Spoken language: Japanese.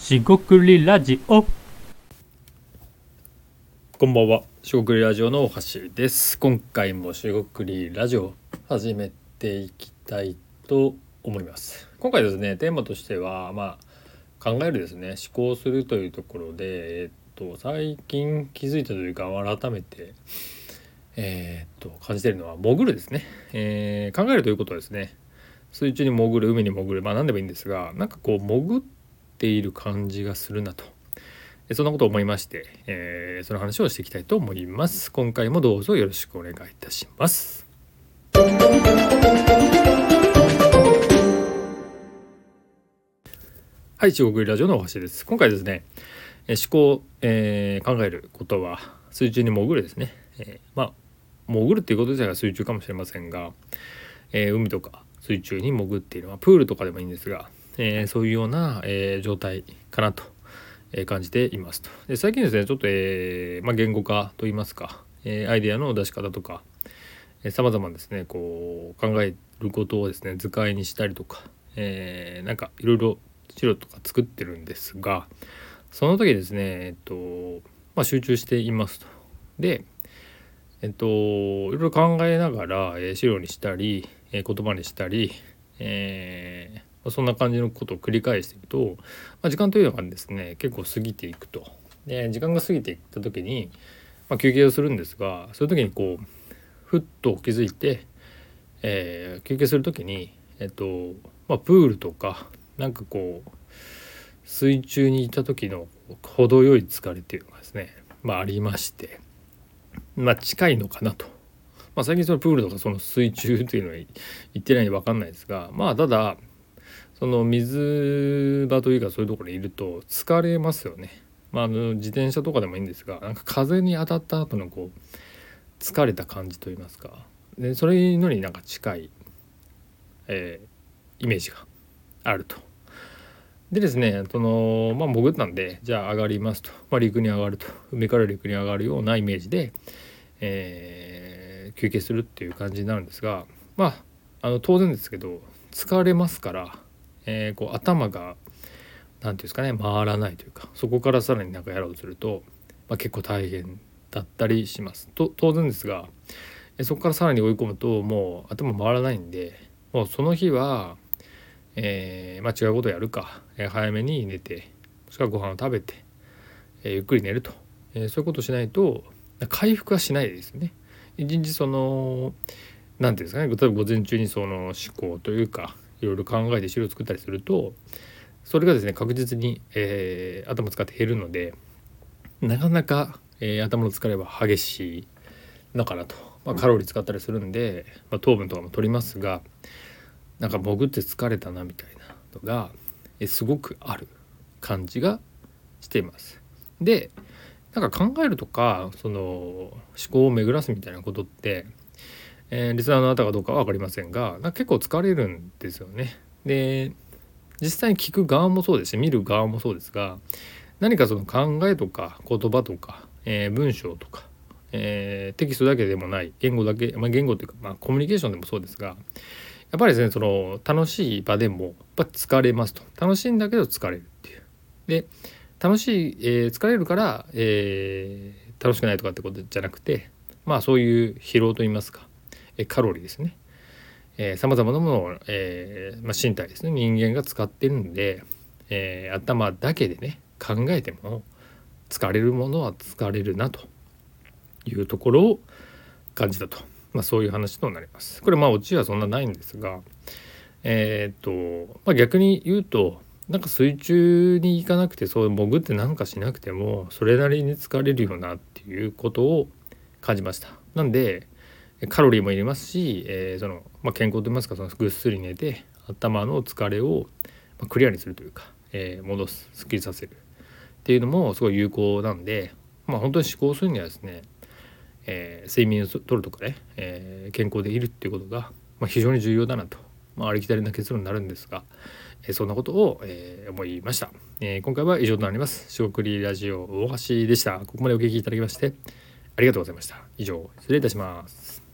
しごくりラジオ。 こんばんは、しごくりラジオの大橋です。今回もしごくりラジオ始めていきたいと思います。今回ですね、テーマとしては考えるですね、思考するというところで、最近気づいたというか改めて感じているのは潜るですね。考えるということはですね、水中に潜る、海に潜る、何でもいいんですが、潜っている感じがするなと、そんなことを思いまして、その話をしていきたいと思います。今回もどうぞよろしくお願いいたします。はい、中国ラジオのお橋です。今回ですね、思考、考えることは水中に潜るですね。潜るっていうこと自体が水中かもしれませんが、海とか水中に潜っている、プールとかでもいいんですが、そういうような、状態かなと感じていますと。で、最近ですね、ちょっと、言語化といいますか、アイデアの出し方とか様々ですね、こう考えることをですね図解にしたりとか、いろいろ資料とか作ってるんですが、その時ですね集中していますと。でいろいろ考えながら、資料にしたり、言葉にしたり、そんな感じのことを繰り返していくと、時間というのがですね結構過ぎていくと。で、時間が過ぎていった時に、休憩をするんですが、そういう時にこうふっと気づいて、休憩する時にプールとか水中にいた時の程よい疲れっていうのがですねありまして、近いのかなと。最近そのプールとかその水中っていうのは言ってないんで分かんないですが、ただその水場というかそういうところにいると疲れますよね。自転車とかでもいいんですが、風に当たった後のこう疲れた感じといいますか、でそれのに近い、イメージがあると。でですね、潜ったんで、じゃあ上がりますと、陸に上がると、海から陸に上がるようなイメージで、休憩するっていう感じになるんですが、当然ですけど疲れますから、こう頭が何ていうんですかね回らないというか、そこからさらにやろうとすると、結構大変だったりしますと。当然ですが、そこからさらに追い込むともう頭回らないんで、もうその日は、違うことをやるか、早めに寝て、もしくはご飯を食べて、ゆっくり寝ると、そういうことをしないと回復はしないですよね。一日その何ていうんですかね、例えば午前中にその思考というかいろいろ考えて資料を作ったりすると、それがですね確実に、頭使って減るので、なかなか、頭の疲れは激しいのかなと。カロリー使ったりするんで、糖分とかも取りますが、潜って疲れたなみたいなのがすごくある感じがしています。で、考えるとかその思考を巡らすみたいなことって、リスナーの方かどうかは分かりませんが、結構疲れるんですよね。で、実際に聞く側もそうですし見る側もそうですが、何かその考えとか言葉とか、文章とか、テキストだけでもない言語だけ、言語というか、コミュニケーションでもそうですが、やっぱりですねその楽しい場でもやっぱ疲れますと。楽しいんだけど疲れるっていう。で、楽しい、疲れるから、楽しくないとかってことじゃなくて、そういう疲労といいますか、カロリーですね、様々なものを、身体ですね、人間が使ってるんで、頭だけでね考えても疲れるものは疲れるなというところを感じたと、そういう話となります。これオチはそんなないんですが、逆に言うと水中に行かなくて、そう潜ってしなくてもそれなりに疲れるよなっていうことを感じました。なんでカロリーも入れますし、健康といいますか、そのぐっすり寝て頭の疲れをクリアにするというか、戻す、すっきりさせるっていうのもすごい有効なんで、本当に思考するにはですね、睡眠をとるとかね、健康でいるっていうことが、非常に重要だなと、ありきたりな結論になるんですが、そんなことを、思いました。今回は以上となります。しごくりラジオ大橋でした。ここまでお聞きいただきましてありがとうございました。以上、失礼いたします。